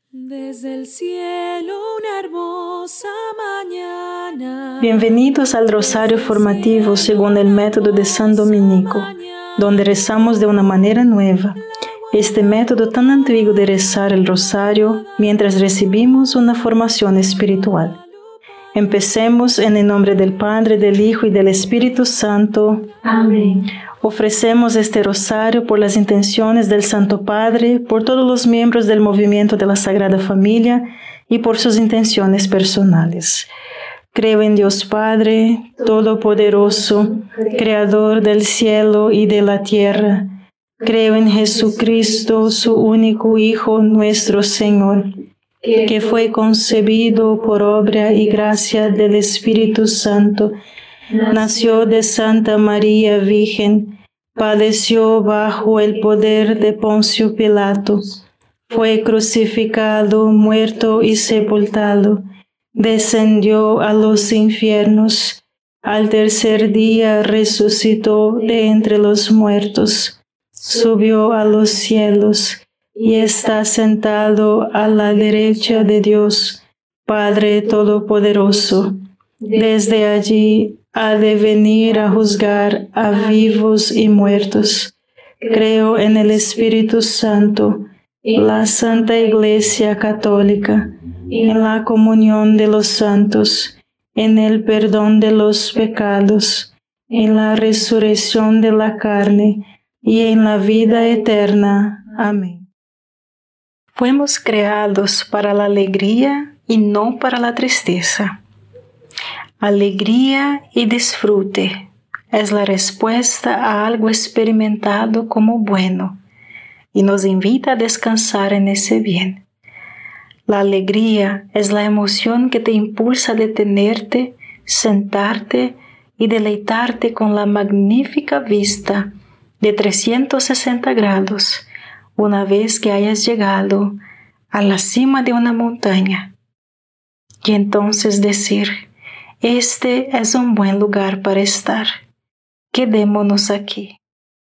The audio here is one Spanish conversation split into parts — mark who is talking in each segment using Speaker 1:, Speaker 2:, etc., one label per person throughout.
Speaker 1: Desde el cielo una hermosa mañana.
Speaker 2: Bienvenidos al Rosario Formativo según el método de San Dominico, donde rezamos de una manera nueva. Este método tan antiguo de rezar el Rosario mientras recibimos una formación espiritual. Empecemos en el nombre del Padre, del Hijo y del Espíritu Santo.
Speaker 3: Amén.
Speaker 2: Ofrecemos este rosario por las intenciones del Santo Padre, por todos los miembros del movimiento de la Sagrada Familia y por sus intenciones personales. Creo en Dios Padre, Todopoderoso, Creador del cielo y de la tierra. Creo en Jesucristo, su único Hijo, nuestro Señor, que fue concebido por obra y gracia del Espíritu Santo. Nació de Santa María Virgen, padeció bajo el poder de Poncio Pilato, fue crucificado, muerto y sepultado, descendió a los infiernos, al tercer día resucitó de entre los muertos, subió a los cielos y está sentado a la derecha de Dios, Padre Todopoderoso. Desde allí ha de venir a juzgar a vivos y muertos. Creo en el Espíritu Santo, la Santa Iglesia Católica, en la comunión de los santos, en el perdón de los pecados, en la resurrección de la carne y en la vida eterna. Amén. Fuimos creados para la alegría y no para la tristeza. Alegría y disfrute es la respuesta a algo experimentado como bueno y nos invita a descansar en ese bien. La alegría es la emoción que te impulsa a detenerte, sentarte y deleitarte con la magnífica vista de 360 grados una vez que hayas llegado a la cima de una montaña. Y entonces decir: este es un buen lugar para estar. Quedémonos aquí.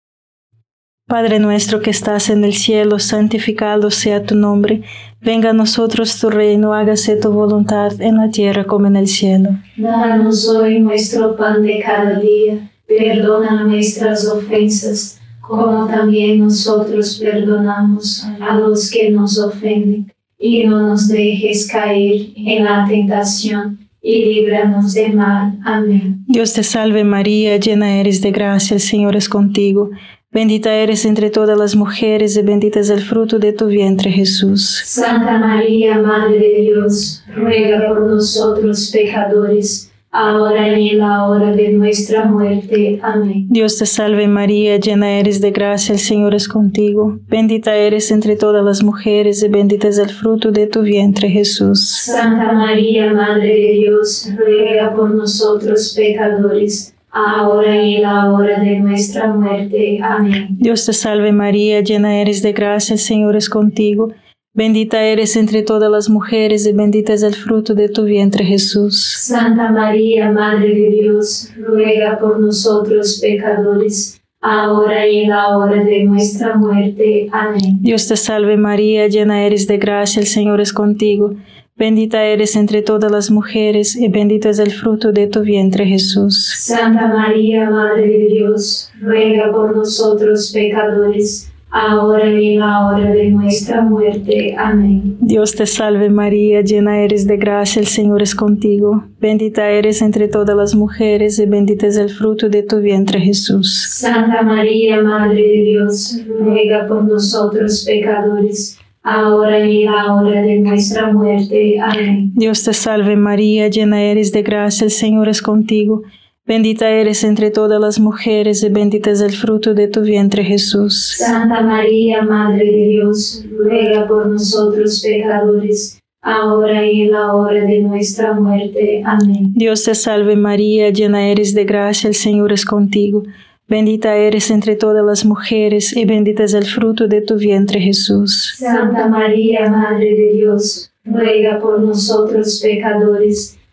Speaker 2: Padre nuestro que estás en el cielo, santificado sea tu nombre. Venga a nosotros tu reino, hágase tu voluntad en la tierra como en el cielo.
Speaker 3: Danos hoy nuestro pan de cada día. Perdona nuestras ofensas, como también nosotros perdonamos a los que nos ofenden. Y no nos dejes caer en la tentación, y líbranos del mal. Amén.
Speaker 2: Dios te salve María, llena eres de gracia, el Señor es contigo. Bendita eres entre todas las mujeres y bendito es el fruto de tu vientre, Jesús.
Speaker 3: Santa María, Madre de Dios, ruega por nosotros pecadores, ahora y en la hora de nuestra muerte. Amén.
Speaker 2: Dios te salve María, llena eres de gracia, el Señor es contigo. Bendita eres entre todas las mujeres y bendito es el fruto de tu vientre, Jesús.
Speaker 3: Santa María, Madre de Dios, ruega por nosotros pecadores, ahora y en la hora de nuestra muerte. Amén.
Speaker 2: Dios te salve María, llena eres de gracia, el Señor es contigo. Bendita eres entre todas las mujeres y bendito es el fruto de tu vientre, Jesús.
Speaker 3: Santa María, Madre de Dios, ruega por nosotros pecadores, ahora y en la hora de nuestra muerte. Amén.
Speaker 2: Dios te salve María, llena eres de gracia, el Señor es contigo. Bendita eres entre todas las mujeres y bendito es el fruto de tu vientre, Jesús.
Speaker 3: Santa María, Madre de Dios, ruega por nosotros pecadores, ahora y en la hora de nuestra muerte. Amén.
Speaker 2: Dios te salve María, llena eres de gracia, el Señor es contigo. Bendita eres entre todas las mujeres y bendito es el fruto de tu vientre, Jesús.
Speaker 3: Santa María, Madre de Dios, ruega por nosotros pecadores, ahora y en la hora de nuestra muerte. Amén.
Speaker 2: Dios te salve María, llena eres de gracia, el Señor es contigo. Bendita eres entre todas las mujeres y bendito es el fruto de tu vientre, Jesús.
Speaker 3: Santa María, Madre de Dios, ruega por nosotros pecadores, ahora y en la hora de nuestra muerte. Amén.
Speaker 2: Dios te salve María, llena eres de gracia, el Señor es contigo. Bendita eres entre todas las mujeres y bendito es el fruto de tu vientre, Jesús.
Speaker 3: Santa María, Madre de Dios, ruega por nosotros pecadores,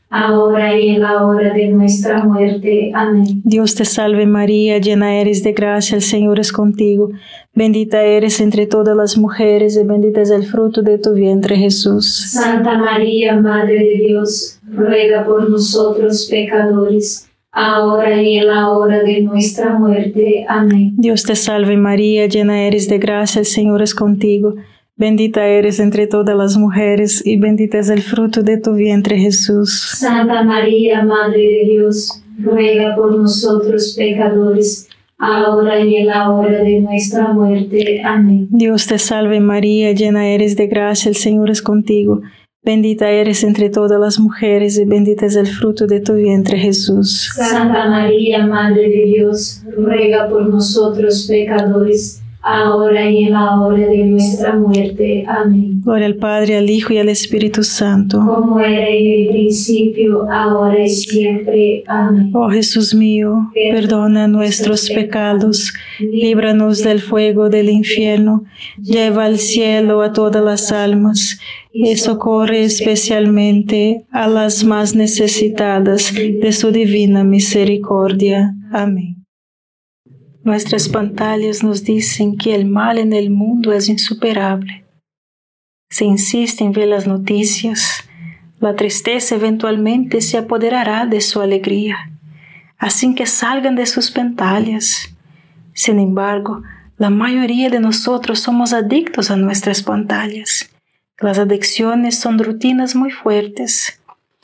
Speaker 3: ahora y en la hora de nuestra muerte. Amén.
Speaker 2: Dios te salve María, llena eres de gracia, el Señor es contigo. Bendita eres entre todas las mujeres y bendito es el fruto de tu vientre, Jesús.
Speaker 3: Santa María, Madre de Dios, ruega por nosotros pecadores, ahora y en la hora de nuestra muerte. Amén.
Speaker 2: Dios te salve María, llena eres de gracia, el Señor es contigo. Bendita eres entre todas las mujeres y bendito es el fruto de tu vientre, Jesús.
Speaker 3: Santa María, Madre de Dios, ruega por nosotros pecadores, ahora y en la hora de nuestra muerte. Amén.
Speaker 2: Dios te salve María, llena eres de gracia, el Señor es contigo. Bendita eres entre todas las mujeres y bendito es el fruto de tu vientre, Jesús.
Speaker 3: Santa María, Madre de Dios, ruega por nosotros pecadores, ahora y en la hora de nuestra muerte. Amén.
Speaker 2: Gloria al Padre, al Hijo y al Espíritu Santo.
Speaker 3: Como era en el principio, ahora y siempre. Amén.
Speaker 2: Oh Jesús mío, perdona nuestros pecados, líbranos del fuego del infierno, lleva al cielo a todas las almas y socorre especialmente a las más necesitadas de su divina misericordia. Amén. Nuestras pantallas nos dicen que el mal en el mundo es insuperable. Se insiste en ver las noticias, la tristeza eventualmente se apoderará de su alegría, así que salgan de sus pantallas. Sin embargo, la mayoría de nosotros somos adictos a nuestras pantallas. Las adicciones son rutinas muy fuertes.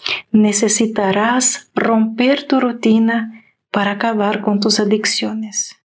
Speaker 2: Necesitarás romper tu rutina para acabar con tus adicciones.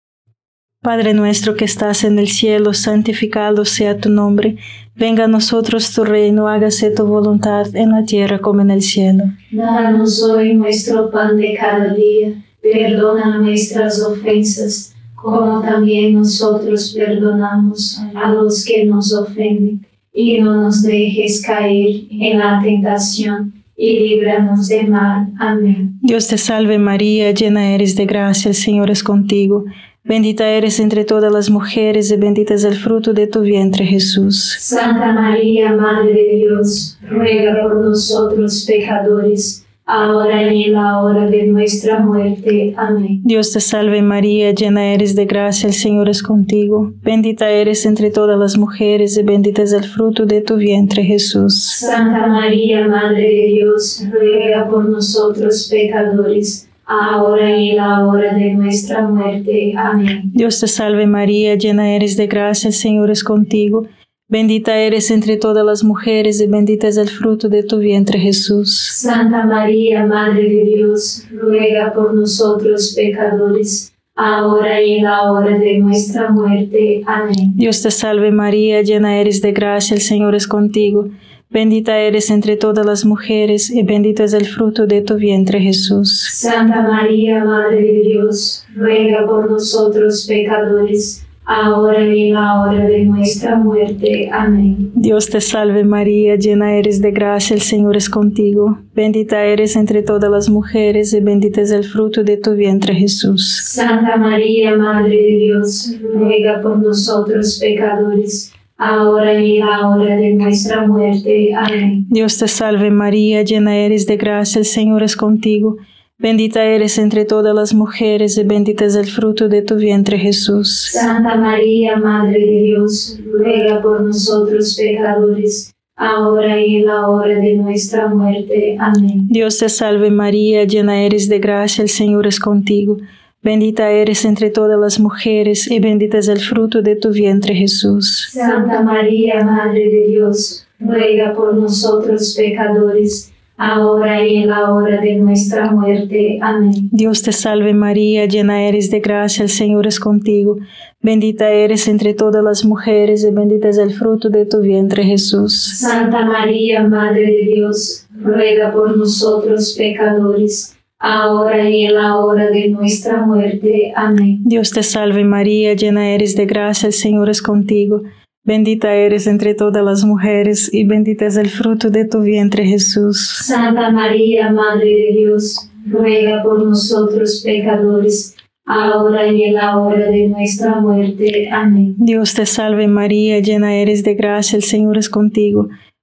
Speaker 2: Padre nuestro que estás en el cielo, santificado sea tu nombre. Venga a nosotros tu reino, hágase tu voluntad en la tierra como en el cielo.
Speaker 3: Danos hoy nuestro pan de cada día. Perdona nuestras ofensas, como también nosotros perdonamos a los que nos ofenden. Y no nos dejes caer en la tentación, y líbranos del mal. Amén.
Speaker 2: Dios te salve María, llena eres de gracia, el Señor es contigo. Bendita eres entre todas las mujeres y bendito es el fruto de tu vientre, Jesús.
Speaker 3: Santa María, Madre de Dios, ruega por nosotros pecadores, ahora y en la hora de nuestra muerte. Amén.
Speaker 2: Dios te salve María, llena eres de gracia, el Señor es contigo. Bendita eres entre todas las mujeres y bendito es el fruto de tu vientre, Jesús.
Speaker 3: Santa María, Madre de Dios, ruega por nosotros pecadores, ahora y en la hora de nuestra muerte. Amén.
Speaker 2: Dios te salve María, llena eres de gracia, el Señor es contigo. Bendita eres entre todas las mujeres y bendito es el fruto de tu vientre, Jesús.
Speaker 3: Santa María, Madre de Dios, ruega por nosotros pecadores, ahora y en la hora de nuestra muerte. Amén.
Speaker 2: Dios te salve María, llena eres de gracia, el Señor es contigo. Bendita eres entre todas las mujeres y bendito es el fruto de tu vientre, Jesús.
Speaker 3: Santa María, Madre de Dios, ruega por nosotros pecadores, ahora y en la hora de nuestra muerte. Amén.
Speaker 2: Dios te salve María, llena eres de gracia, el Señor es contigo. Bendita eres entre todas las mujeres y bendito es el fruto de tu vientre, Jesús.
Speaker 3: Santa María, Madre de Dios, ruega por nosotros pecadores, ahora y en la hora de nuestra muerte. Amén.
Speaker 2: Dios te salve María, llena eres de gracia, el Señor es contigo. Bendita eres entre todas las mujeres y bendito es el fruto de tu vientre, Jesús.
Speaker 3: Santa María, Madre de Dios, ruega por nosotros pecadores, ahora y en la hora de nuestra muerte. Amén.
Speaker 2: Dios te salve María, llena eres de gracia, el Señor es contigo. Bendita eres entre todas las mujeres y bendito es el fruto de tu vientre, Jesús.
Speaker 3: Santa María, Madre de Dios, ruega por nosotros pecadores, ahora y en la hora de nuestra muerte. Amén.
Speaker 2: Dios te salve María, llena eres de gracia, el Señor es contigo. Bendita eres entre todas las mujeres y bendito es el fruto de tu vientre, Jesús.
Speaker 3: Santa María, Madre de Dios, ruega por nosotros pecadores, ahora y en la hora de nuestra muerte. Amén.
Speaker 2: Dios te salve María, llena eres de gracia, el Señor es contigo. Bendita eres entre todas las mujeres y bendito es el fruto de tu vientre, Jesús.
Speaker 3: Santa María, Madre de Dios, ruega por nosotros pecadores, ahora y en la hora de nuestra muerte. Amén.
Speaker 2: Dios te salve María, llena eres de gracia, el Señor es contigo.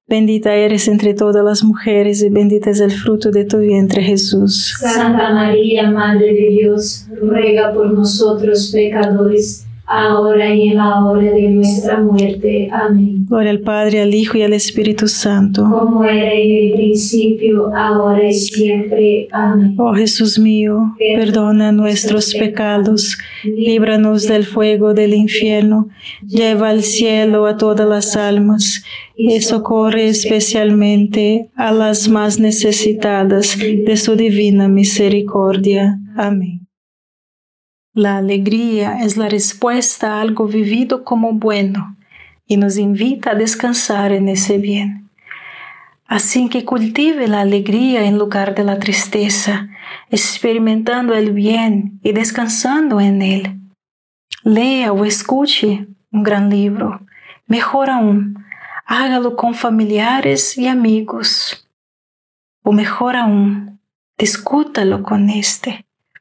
Speaker 2: Bendita eres entre todas las mujeres y bendito es el fruto de tu vientre, Jesús.
Speaker 3: Santa María, Madre de Dios, ruega por nosotros pecadores, ahora y en la hora de nuestra muerte. Amén.
Speaker 2: Gloria al Padre, al Hijo y al Espíritu Santo.
Speaker 3: Como era en el principio, ahora y siempre. Amén.
Speaker 2: Oh Jesús mío, perdona nuestros pecados, líbranos del fuego del infierno, lleva al cielo a todas las almas y socorre especialmente a las más necesitadas de su divina misericordia. Amén. La alegría es la respuesta a algo vivido como bueno y nos invita a descansar en ese bien. Así que cultive la alegría en lugar de la tristeza, experimentando el bien y descansando en él. Lea o escuche un gran libro. Mejor aún, hágalo con familiares y amigos. O mejor aún, discútalo con este.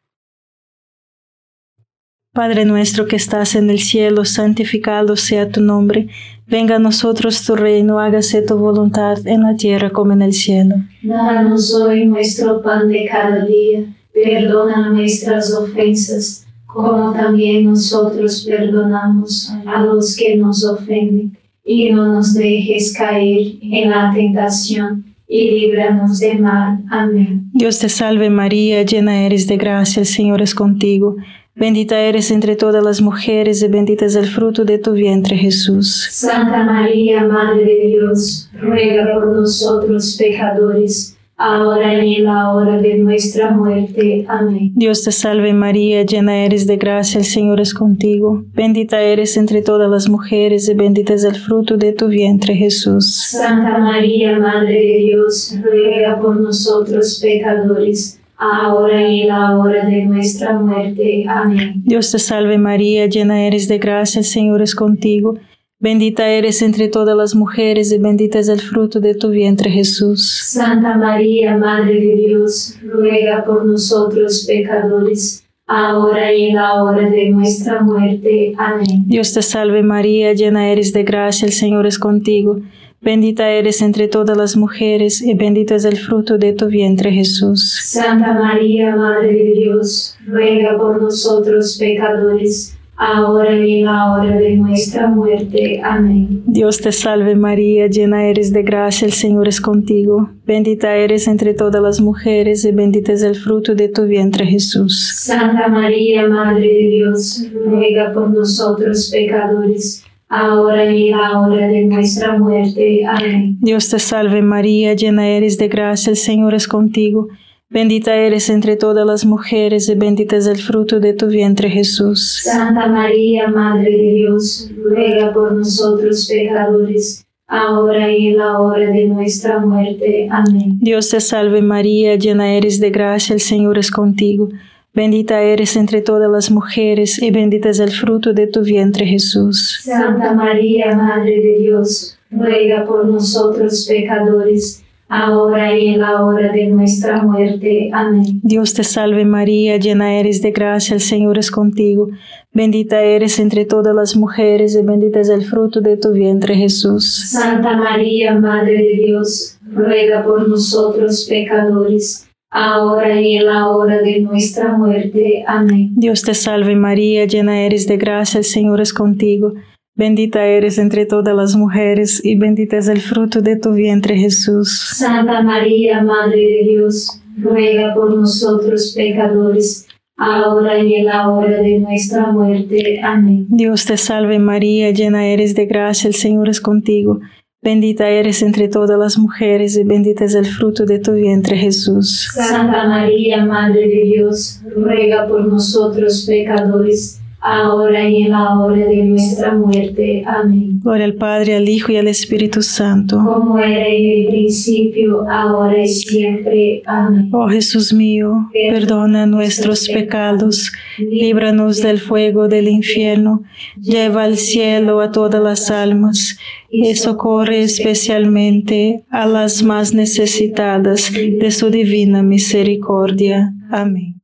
Speaker 2: Padre nuestro que estás en el cielo, santificado sea tu nombre. Venga a nosotros tu reino, hágase tu voluntad en la tierra como en el cielo.
Speaker 3: Danos hoy nuestro pan de cada día. Perdona nuestras ofensas, como también nosotros perdonamos a los que nos ofenden. Y no nos dejes caer en la tentación, y líbranos del mal. Amén.
Speaker 2: Dios te salve María, llena eres de gracia, el Señor es contigo. Bendita eres entre todas las mujeres y bendito es el fruto de tu vientre, Jesús.
Speaker 3: Santa María, Madre de Dios, ruega por nosotros pecadores, ahora y en la hora de nuestra muerte. Amén.
Speaker 2: Dios te salve María, llena eres de gracia, el Señor es contigo. Bendita eres entre todas las mujeres y bendito es el fruto de tu vientre, Jesús.
Speaker 3: Santa María, Madre de Dios, ruega por nosotros pecadores, ahora y en la hora de nuestra muerte. Amén.
Speaker 2: Dios te salve María, llena eres de gracia, el Señor es contigo. Bendita eres entre todas las mujeres y bendito es el fruto de tu vientre, Jesús.
Speaker 3: Santa María, Madre de Dios, ruega por nosotros pecadores, ahora y en la hora de nuestra muerte. Amén.
Speaker 2: Dios te salve María, llena eres de gracia, el Señor es contigo. Bendita eres entre todas las mujeres y bendito es el fruto de tu vientre, Jesús.
Speaker 3: Santa María, Madre de Dios, ruega por nosotros pecadores, ahora y en la hora de nuestra muerte. Amén.
Speaker 2: Dios te salve María, llena eres de gracia, el Señor es contigo. Bendita eres entre todas las mujeres y bendito es el fruto de tu vientre, Jesús.
Speaker 3: Santa María, Madre de Dios, ruega por nosotros pecadores, ahora y en la hora de nuestra muerte. Amén.
Speaker 2: Dios te salve María, llena eres de gracia, el Señor es contigo. Bendita eres entre todas las mujeres y bendito es el fruto de tu vientre, Jesús.
Speaker 3: Santa María, Madre de Dios, ruega por nosotros pecadores, ahora y en la hora de nuestra muerte. Amén.
Speaker 2: Dios te salve María, llena eres de gracia, el Señor es contigo. Bendita eres entre todas las mujeres y bendito es el fruto de tu vientre, Jesús.
Speaker 3: Santa María, Madre de Dios, ruega por nosotros pecadores, ahora y en la hora de nuestra muerte. Amén.
Speaker 2: Dios te salve María, llena eres de gracia, el Señor es contigo. Bendita eres entre todas las mujeres y bendito es el fruto de tu vientre, Jesús.
Speaker 3: Santa María, Madre de Dios, ruega por nosotros pecadores, ahora y en la hora de nuestra muerte. Amén.
Speaker 2: Dios te salve María, llena eres de gracia, el Señor es contigo. Bendita eres entre todas las mujeres y bendito es el fruto de tu vientre, Jesús.
Speaker 3: Santa María, Madre de Dios, ruega por nosotros pecadores, ahora y en la hora de nuestra muerte. Amén.
Speaker 2: Dios te salve María, llena eres de gracia, el Señor es contigo. Bendita eres entre todas las mujeres y bendito es el fruto de tu vientre, Jesús.
Speaker 3: Santa María, Madre de Dios, ruega por nosotros pecadores, ahora y en la hora de nuestra muerte. Amén.
Speaker 2: Gloria al Padre, al Hijo y al Espíritu Santo.
Speaker 3: Como era en el principio, ahora y siempre. Amén.
Speaker 2: Oh Jesús mío, perdona nuestros pecados, líbranos del fuego del infierno, lleva al cielo a todas las almas y socorre especialmente a las más necesitadas de su divina misericordia. Amén.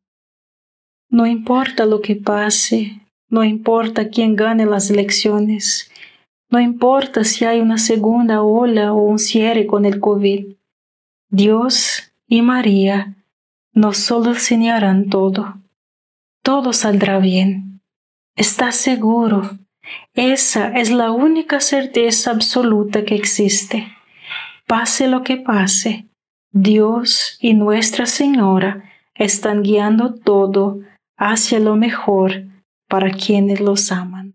Speaker 2: No importa lo que pase, no importa quién gane las elecciones, No importa si hay una segunda ola o un cierre con el COVID. Dios y María nos solucionarán todo. Todo saldrá bien. ¿Estás seguro? Esa es la única certeza absoluta que existe. Pase lo que pase, Dios y Nuestra Señora están guiando todo hacia lo mejor para quienes los aman.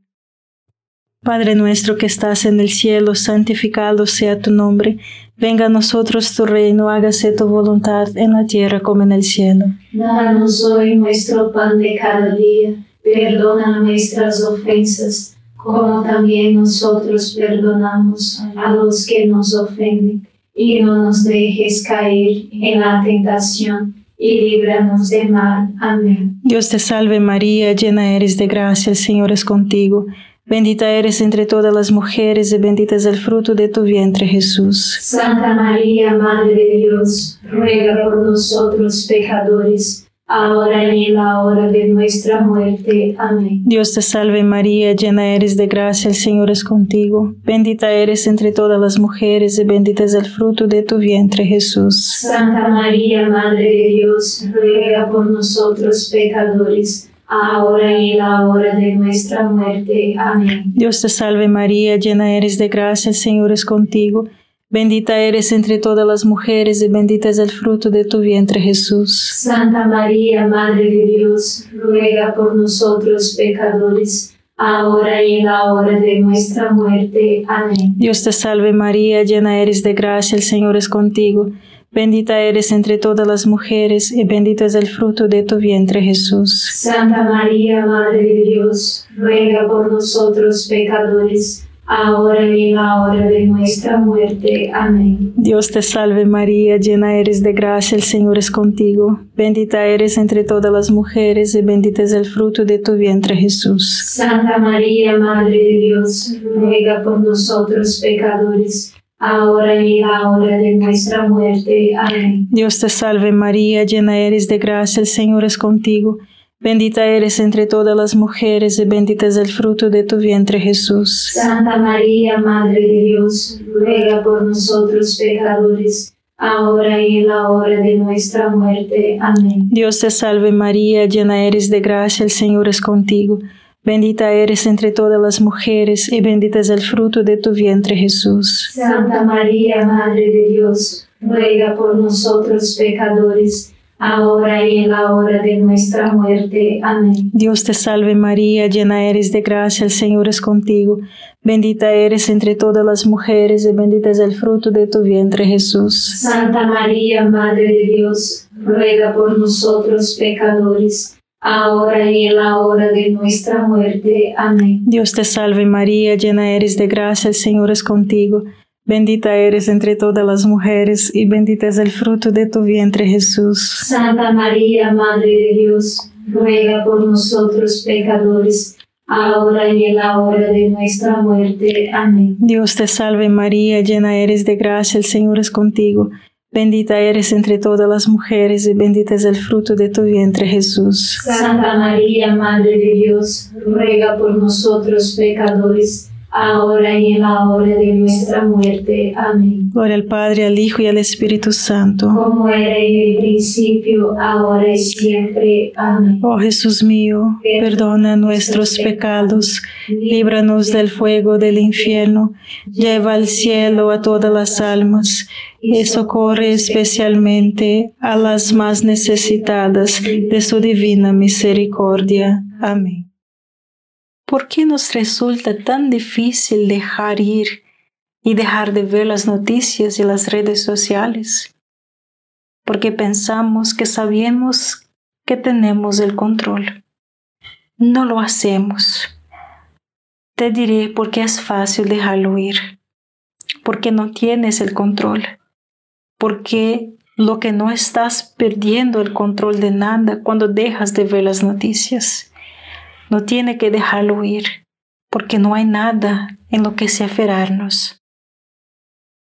Speaker 2: Padre nuestro que estás en el cielo, santificado sea tu nombre. Venga a nosotros tu reino, hágase tu voluntad en la tierra como en el cielo.
Speaker 3: Danos hoy nuestro pan de cada día. Perdona nuestras ofensas, como también nosotros perdonamos a los que nos ofenden. Y no nos dejes caer en la tentación, y líbranos del mal. Amén.
Speaker 2: Dios te salve María, llena eres de gracia, el Señor es contigo. Bendita eres entre todas las mujeres y bendito es el fruto de tu vientre, Jesús.
Speaker 3: Santa María, Madre de Dios, ruega por nosotros pecadores, ahora y en la hora de nuestra muerte. Amén.
Speaker 2: Dios te salve María, llena eres de gracia, el Señor es contigo. Bendita eres entre todas las mujeres y bendito es el fruto de tu vientre, Jesús.
Speaker 3: Santa María, Madre de Dios, ruega por nosotros pecadores, ahora y en la hora de nuestra muerte. Amén.
Speaker 2: Dios te salve María, llena eres de gracia, el Señor es contigo. Bendita eres entre todas las mujeres y bendito es el fruto de tu vientre, Jesús.
Speaker 3: Santa María, Madre de Dios, ruega por nosotros pecadores, ahora y en la hora de nuestra muerte. Amén.
Speaker 2: Dios te salve María, llena eres de gracia, el Señor es contigo. Bendita eres entre todas las mujeres y bendito es el fruto de tu vientre, Jesús.
Speaker 3: Santa María, Madre de Dios, ruega por nosotros pecadores, ahora y en la hora de nuestra muerte. Amén.
Speaker 2: Dios te salve María, llena eres de gracia, el Señor es contigo. Bendita eres entre todas las mujeres y bendito es el fruto de tu vientre, Jesús.
Speaker 3: Santa María, Madre de Dios, ruega por nosotros pecadores, ahora y en la hora de nuestra muerte. Amén.
Speaker 2: Dios te salve María, llena eres de gracia, el Señor es contigo. Bendita eres entre todas las mujeres y bendito es el fruto de tu vientre, Jesús.
Speaker 3: Santa María, Madre de Dios, ruega por nosotros pecadores, ahora y en la hora de nuestra muerte. Amén.
Speaker 2: Dios te salve María, llena eres de gracia, el Señor es contigo. Bendita eres entre todas las mujeres y bendito es el fruto de tu vientre, Jesús.
Speaker 3: Santa María, Madre de Dios, ruega por nosotros pecadores, ahora y en la hora de nuestra muerte. Amén.
Speaker 2: Dios te salve María, llena eres de gracia, el Señor es contigo. Bendita eres entre todas las mujeres y bendito es el fruto de tu vientre, Jesús.
Speaker 3: Santa María, Madre de Dios, ruega por nosotros pecadores, ahora y en la hora de nuestra muerte. Amén.
Speaker 2: Dios te salve María, llena eres de gracia, el Señor es contigo. Bendita eres entre todas las mujeres y bendito es el fruto de tu vientre, Jesús.
Speaker 3: Santa María, Madre de Dios, ruega por nosotros pecadores, ahora y en la hora de nuestra muerte. Amén.
Speaker 2: Dios te salve María, llena eres de gracia, el Señor es contigo. Bendita eres entre todas las mujeres y bendito es el fruto de tu vientre, Jesús.
Speaker 3: Santa María, Madre de Dios, ruega por nosotros pecadores, ahora y en la hora de nuestra muerte. Amén.
Speaker 2: Gloria al Padre, al Hijo y al Espíritu Santo.
Speaker 3: Como era en el principio, ahora y siempre. Amén.
Speaker 2: Oh Jesús mío, perdona nuestros pecados, líbranos del fuego del infierno, lleva al cielo a todas las almas y socorre especialmente a las más necesitadas de su divina misericordia. Amén. ¿Por qué nos resulta tan difícil dejar ir y dejar de ver las noticias y las redes sociales? Porque pensamos que sabemos que tenemos el control. No lo hacemos. Te diré por qué es fácil dejarlo ir. Porque no tienes el control. Porque lo que no estás perdiendo el control de nada cuando dejas de ver las noticias. No tiene que dejarlo ir, porque no hay nada en lo que se aferrarnos.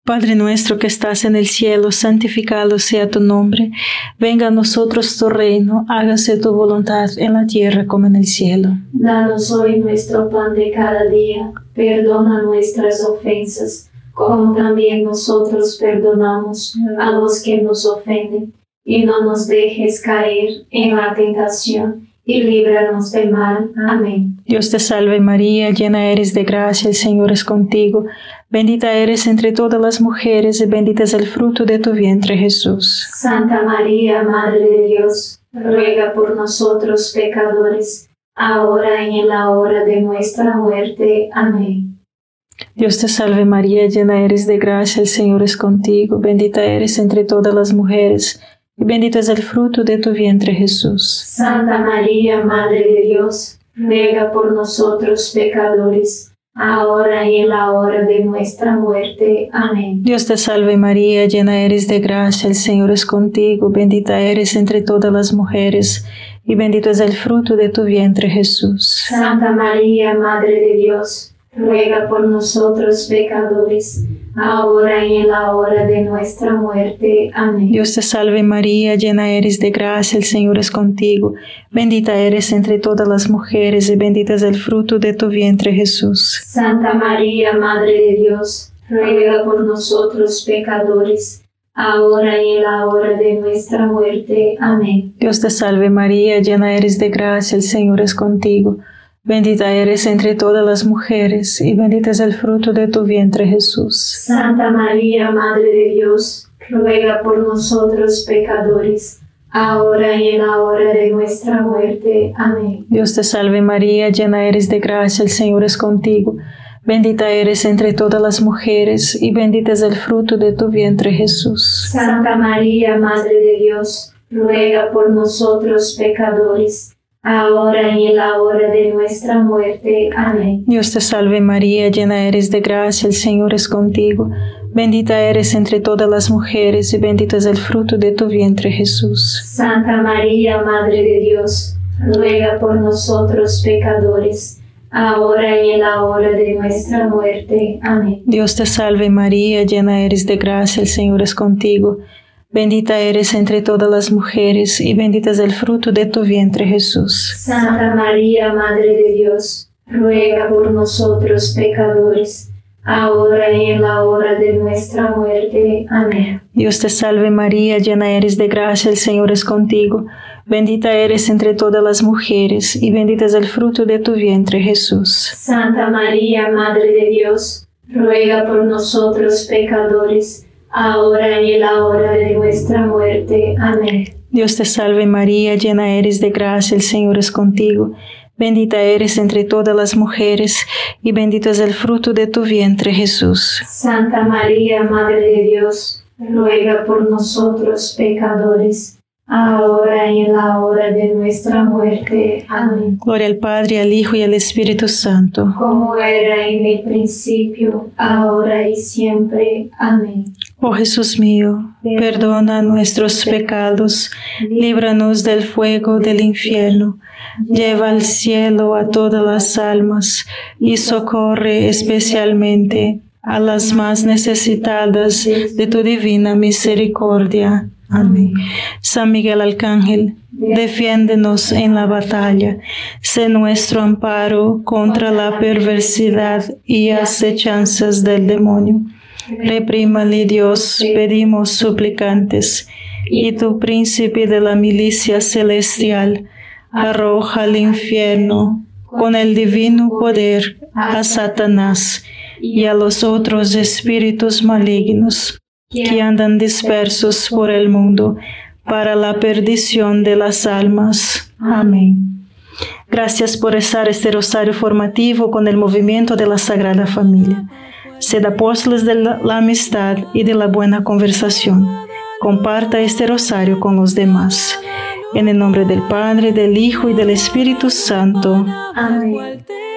Speaker 2: Padre nuestro que estás en el cielo, santificado sea tu nombre. Venga a nosotros tu reino, hágase tu voluntad en la tierra como en el cielo.
Speaker 3: Danos hoy nuestro pan de cada día, perdona nuestras ofensas, como también nosotros perdonamos a los que nos ofenden. Y no nos dejes caer en la tentación, y líbranos del mal. Amén.
Speaker 2: Dios te salve María, llena eres de gracia, el Señor es contigo. Bendita eres entre todas las mujeres y bendito es el fruto de tu vientre, Jesús.
Speaker 3: Santa María, Madre de Dios, ruega por nosotros pecadores, ahora y en la hora de nuestra muerte. Amén.
Speaker 2: Dios te salve María, llena eres de gracia, el Señor es contigo. Bendita eres entre todas las mujeres y bendito es el fruto de tu vientre, Jesús.
Speaker 3: Santa María, Madre de Dios, ruega por nosotros pecadores, ahora y en la hora de nuestra muerte. Amén.
Speaker 2: Dios te salve María, llena eres de gracia, el Señor es contigo. Bendita eres entre todas las mujeres y bendito es el fruto de tu vientre, Jesús.
Speaker 3: Santa María, Madre de Dios, ruega por nosotros pecadores, ahora y en la hora de nuestra muerte. Amén.
Speaker 2: Dios te salve María, llena eres de gracia, el Señor es contigo. Bendita eres entre todas las mujeres y bendito es el fruto de tu vientre, Jesús.
Speaker 3: Santa María, Madre de Dios, ruega por nosotros pecadores, ahora y en la hora de nuestra muerte. Amén.
Speaker 2: Dios te salve María, llena eres de gracia, el Señor es contigo. Bendita eres entre todas las mujeres y bendito es el fruto de tu vientre, Jesús.
Speaker 3: Santa María, Madre de Dios, ruega por nosotros pecadores, ahora y en la hora de nuestra muerte. Amén.
Speaker 2: Dios te salve María, llena eres de gracia, el Señor es contigo. Bendita eres entre todas las mujeres y bendito es el fruto de tu vientre, Jesús.
Speaker 3: Santa María, Madre de Dios, ruega por nosotros pecadores, ahora y en la hora de nuestra muerte. Amén.
Speaker 2: Dios te salve María, llena eres de gracia, el Señor es contigo. Bendita eres entre todas las mujeres y bendito es el fruto de tu vientre, Jesús.
Speaker 3: Santa María, Madre de Dios, ruega por nosotros pecadores, ahora y en la hora de nuestra muerte. Amén.
Speaker 2: Dios te salve María, llena eres de gracia, el Señor es contigo. Bendita eres entre todas las mujeres y bendito es el fruto de tu vientre, Jesús.
Speaker 3: Santa María, Madre de Dios, ruega por nosotros pecadores, ahora y en la hora de nuestra muerte. Amén.
Speaker 2: Dios te salve María, llena eres de gracia, el Señor es contigo. Bendita eres entre todas las mujeres y bendito es el fruto de tu vientre, Jesús.
Speaker 3: Santa María, Madre de Dios, ruega por nosotros pecadores, ahora y en la hora de nuestra muerte. Amén.
Speaker 2: Dios te salve María, llena eres de gracia, el Señor es contigo. Bendita eres entre todas las mujeres y bendito es el fruto de tu vientre, Jesús.
Speaker 3: Santa María, Madre de Dios, ruega por nosotros pecadores, ahora y en la hora de nuestra muerte. Amén.
Speaker 2: Gloria al Padre, al Hijo y al Espíritu Santo.
Speaker 3: Como era en el principio, ahora y siempre. Amén.
Speaker 2: Oh Jesús mío, perdona nuestros pecados, líbranos del fuego del infierno, lleva al cielo a todas las almas y socorre especialmente a las más necesitadas de tu divina misericordia. Amén. San Miguel Arcángel, defiéndenos en la batalla, sé nuestro amparo contra la perversidad y acechanzas del demonio. Reprímale Dios, pedimos suplicantes, y tu príncipe de la milicia celestial, arroja al infierno con el divino poder a Satanás y a los otros espíritus malignos que andan dispersos por el mundo para la perdición de las almas. Amén. Gracias por rezar este rosario formativo con el movimiento de la Sagrada Familia. Sed apóstoles de la amistad y de la buena conversación. Comparta este rosario con los demás. En el nombre del Padre, del Hijo y del Espíritu Santo.
Speaker 3: Amén.